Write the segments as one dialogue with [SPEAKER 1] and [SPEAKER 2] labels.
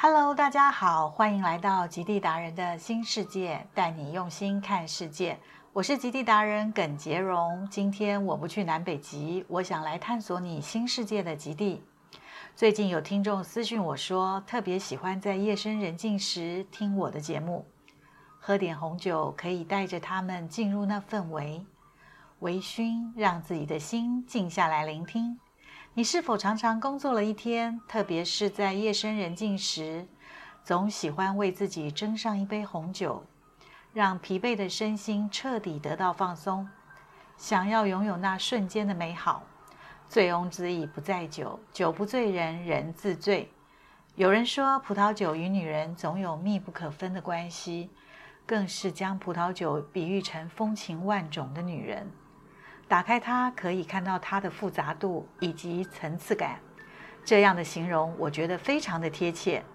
[SPEAKER 1] Hello， 大家好，欢迎来到极地达人的新世界，带你用心看世界。我是极地达人耿洁蓉。今天我不去南北极，我想来探索你新世界的极地。最近有听众私讯我说，特别喜欢在夜深人静时听我的节目，喝点红酒可以带着他们进入那氛围，微醺，让自己的心静下来聆听。你是否常常工作了一天，特别是在夜深人静时，总喜欢为自己斟上一杯红酒，让疲惫的身心彻底得到放松，想要拥有那瞬间的美好。醉翁之意不在酒，酒不醉人人自醉。有人说葡萄酒与女人总有密不可分的关系，更是将葡萄酒比喻成风情万种的女人。打开它，可以看到它的复杂度以及层次感。这样的形容，我觉得非常的贴切。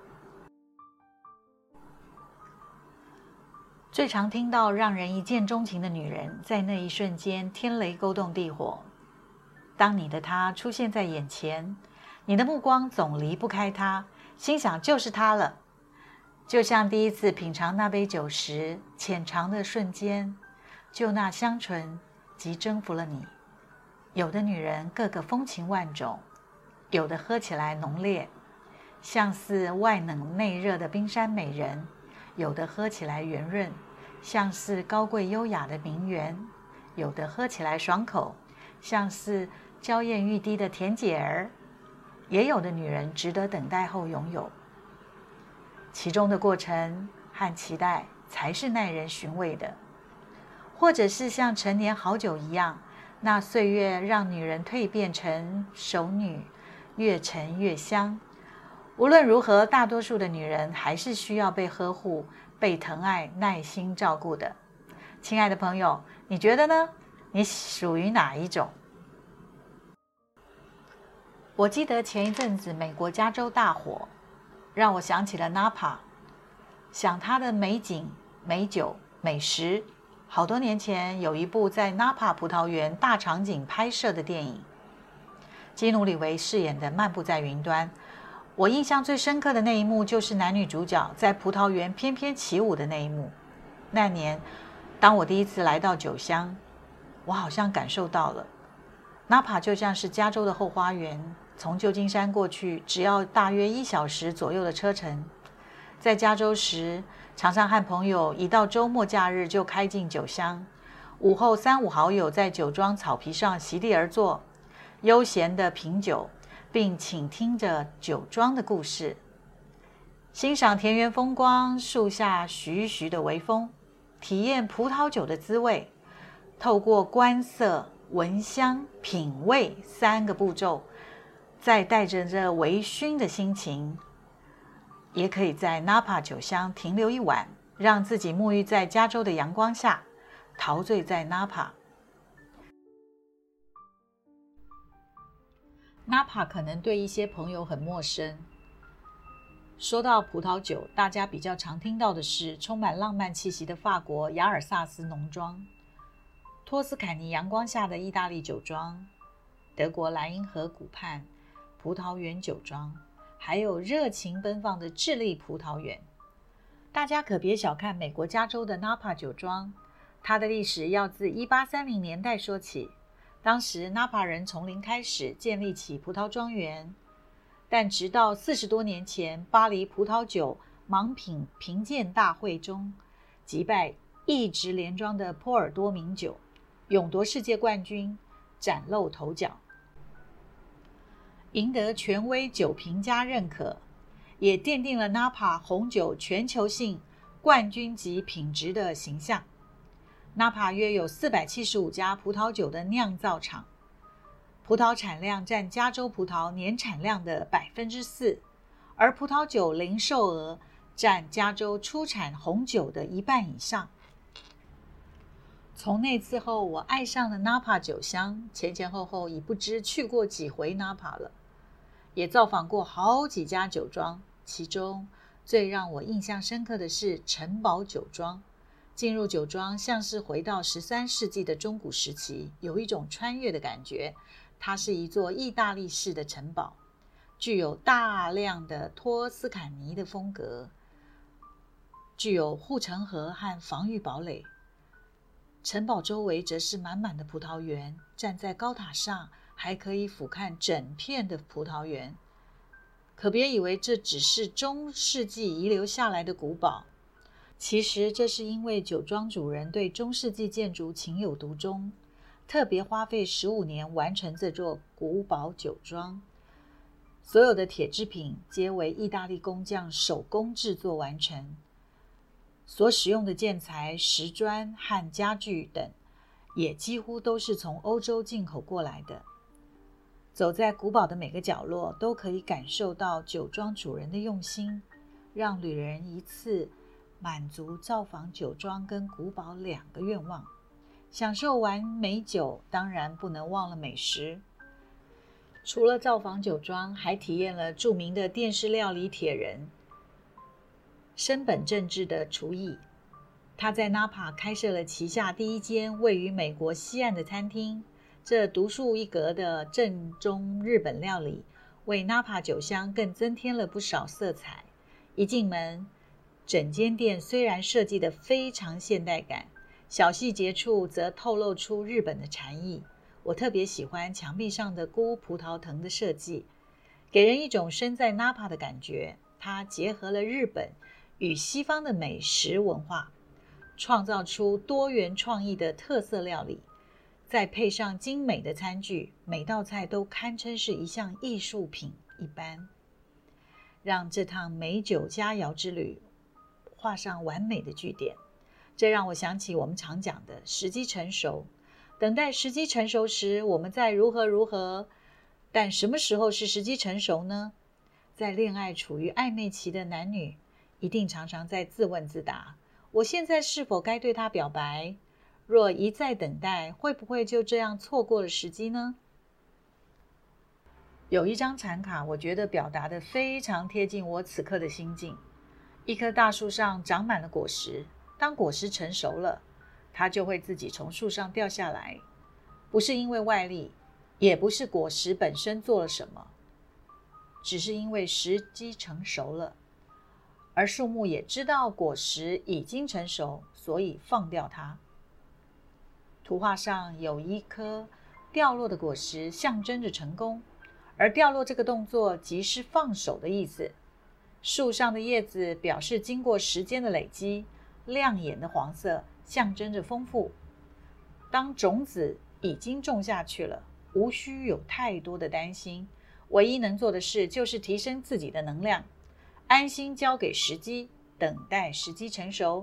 [SPEAKER 1] 最常听到让人一见钟情的女人，在那一瞬间天雷勾动地火。当你的她出现在眼前，你的目光总离不开她，心想就是她了。就像第一次品尝那杯酒时，浅尝的瞬间，就那香醇即征服了你。有的女人个个风情万种，有的喝起来浓烈，像似外冷内热的冰山美人；有的喝起来圆润，像是高贵优雅的名媛；有的喝起来爽口，像是娇艳欲滴的甜姐儿。也有的女人值得等待后拥有，其中的过程和期待才是耐人寻味的。或者是像陈年好酒一样，那岁月让女人蜕变成熟女，越陈越香。无论如何，大多数的女人还是需要被呵护、被疼爱、耐心照顾的。亲爱的朋友，你觉得呢？你属于哪一种？我记得前一阵子美国加州大火，让我想起了 Napa， 想它的美景、美酒、美食。好多年前有一部在 Napa 葡萄园大场景拍摄的电影，基努里维饰演的漫步在云端。我印象最深刻的那一幕就是男女主角在葡萄园翩翩起舞的那一幕。那年当我第一次来到酒乡，我好像感受到了 Napa 就像是加州的后花园，从旧金山过去只要大约1小时左右的车程。在加州时，常常和朋友一到周末假日就开进酒乡，午后3、5好友在酒庄草皮上席地而坐，悠闲地品酒，并倾听着酒庄的故事，欣赏田园风光，树下徐徐的微风，体验葡萄酒的滋味。透过观色、闻香、品味3个步骤，再带着这微醺的心情，也可以在 Napa 酒乡停留一晚，让自己沐浴在加州的阳光下，陶醉在 Napa。Napa 可能对一些朋友很陌生。说到葡萄酒，大家比较常听到的是充满浪漫气息的法国雅尔萨斯农庄，托斯坎尼阳光下的意大利酒庄，德国莱茵河谷畔葡萄园酒庄，还有热情奔放的智利葡萄园。大家可别小看美国加州的 Napa 酒庄，它的历史要自1830年代说起。当时 Napa 人从零开始建立起葡萄庄园，但直到40多年前，巴黎葡萄酒盲品评鉴大会中击败一直连庄的波尔多名酒，勇夺世界冠军，崭露头角，赢得权威酒评家认可，也奠定了 Napa 红酒全球性冠军级品质的形象。Napa 约有475家葡萄酒的酿造厂，葡萄产量占加州葡萄年产量的4%，而葡萄酒零售额占加州出产红酒的1半以上。从那次后，我爱上了 Napa 酒乡，前后后已不知去过几回 Napa 了，也造访过好几家酒庄，其中最让我印象深刻的是城堡酒庄。进入酒庄像是回到13世纪的中古时期，有一种穿越的感觉。它是一座意大利式的城堡， 具有大量的托斯坎尼的风格，具有护城河和防御堡垒。城堡周围则是满满的葡萄园，站在高塔上还可以俯瞰整片的葡萄园。可别以为这只是中世纪遗留下来的古堡，其实这是因为酒庄主人对中世纪建筑情有独钟，特别花费15年完成这座古堡酒庄。所有的铁制品皆为意大利工匠手工制作完成，所使用的建材、石砖和家具等也几乎都是从欧洲进口过来的。走在古堡的每个角落，都可以感受到酒庄主人的用心，让旅人一次满足造访酒庄跟古堡2个愿望。享受完美酒，当然不能忘了美食。除了造访酒庄，还体验了著名的电视料理铁人深本正治的厨艺。他在纳帕开设了旗下第一间位于美国西岸的餐厅，这独树一格的正宗日本料理为纳帕酒乡更增添了不少色彩。一进门，整间店虽然设计得非常现代感，小细节处则透露出日本的禅意。我特别喜欢墙壁上的孤葡萄藤的设计，给人一种身在纳帕的感觉。它结合了日本与西方的美食文化，创造出多元创意的特色料理，再配上精美的餐具，每道菜都堪称是一项艺术品一般，让这趟美酒佳肴之旅画上完美的句点。这让我想起我们常讲的时机成熟。等待时机成熟时，我们再如何，但什么时候是时机成熟呢？在恋爱处于暧昧期的男女，一定常常在自问自答：我现在是否该对他表白？若一再等待，会不会就这样错过了时机呢？有一张禅卡，我觉得表达得非常贴近我此刻的心境。一棵大树上长满了果实，当果实成熟了，它就会自己从树上掉下来，不是因为外力，也不是果实本身做了什么，只是因为时机成熟了。而树木也知道果实已经成熟，所以放掉它。图画上有一颗掉落的果实，象征着成功，而掉落这个动作即是放手的意思。树上的叶子表示经过时间的累积，亮眼的黄色象征着丰富。当种子已经种下去了，无需有太多的担心，唯一能做的事就是提升自己的能量，安心交给时机，等待时机成熟。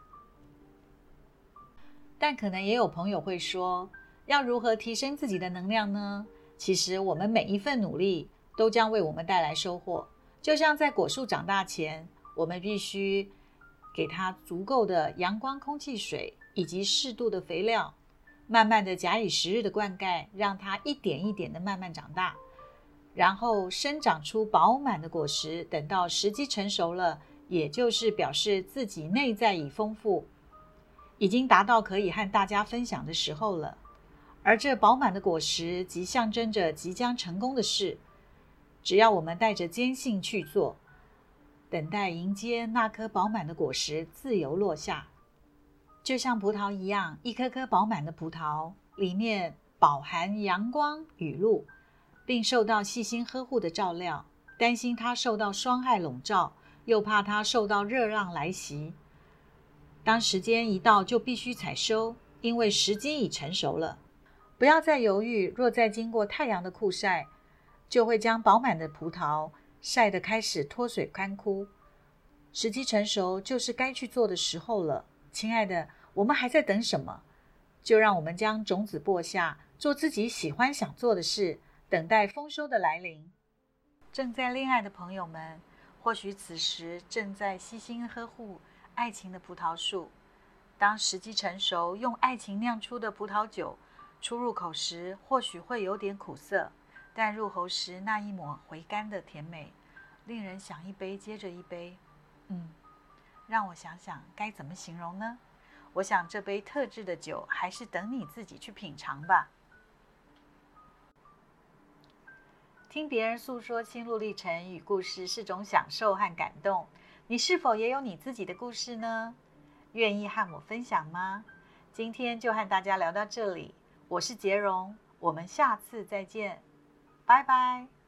[SPEAKER 1] 但可能也有朋友会说，要如何提升自己的能量呢？其实我们每一份努力都将为我们带来收获。就像在果树长大前，我们必须给它足够的阳光、空气、水以及适度的肥料，慢慢的假以时日的灌溉，让它一点一点的慢慢长大，然后生长出饱满的果实。等到时机成熟了，也就是表示自己内在已丰富，已经达到可以和大家分享的时候了。而这饱满的果实即象征着即将成功的事，只要我们带着坚信去做，等待迎接那颗饱满的果实自由落下。就像葡萄一样，一颗颗饱满的葡萄里面饱含阳光、雨露，并受到细心呵护的照料，担心它受到霜害笼罩，又怕它受到热浪来袭。当时间一到，就必须采收，因为时机已成熟了。不要再犹豫，若再经过太阳的酷晒，就会将饱满的葡萄晒得开始脱水干枯。时机成熟，就是该去做的时候了。亲爱的，我们还在等什么？就让我们将种子播下，做自己喜欢想做的事，等待丰收的来临。正在恋爱的朋友们，或许此时正在悉心呵护爱情的葡萄树。当时机成熟，用爱情酿出的葡萄酒出入口时，或许会有点苦涩，但入喉时那一抹回甘的甜美，令人想一杯接着一杯。让我想想该怎么形容呢？我想这杯特制的酒还是等你自己去品尝吧。 听别人诉说心路历程与故事是种享受和感动。你是否也有你自己的故事呢？愿意和我分享吗？今天就和大家聊到这里，我是杰荣，我们下次再见，拜拜。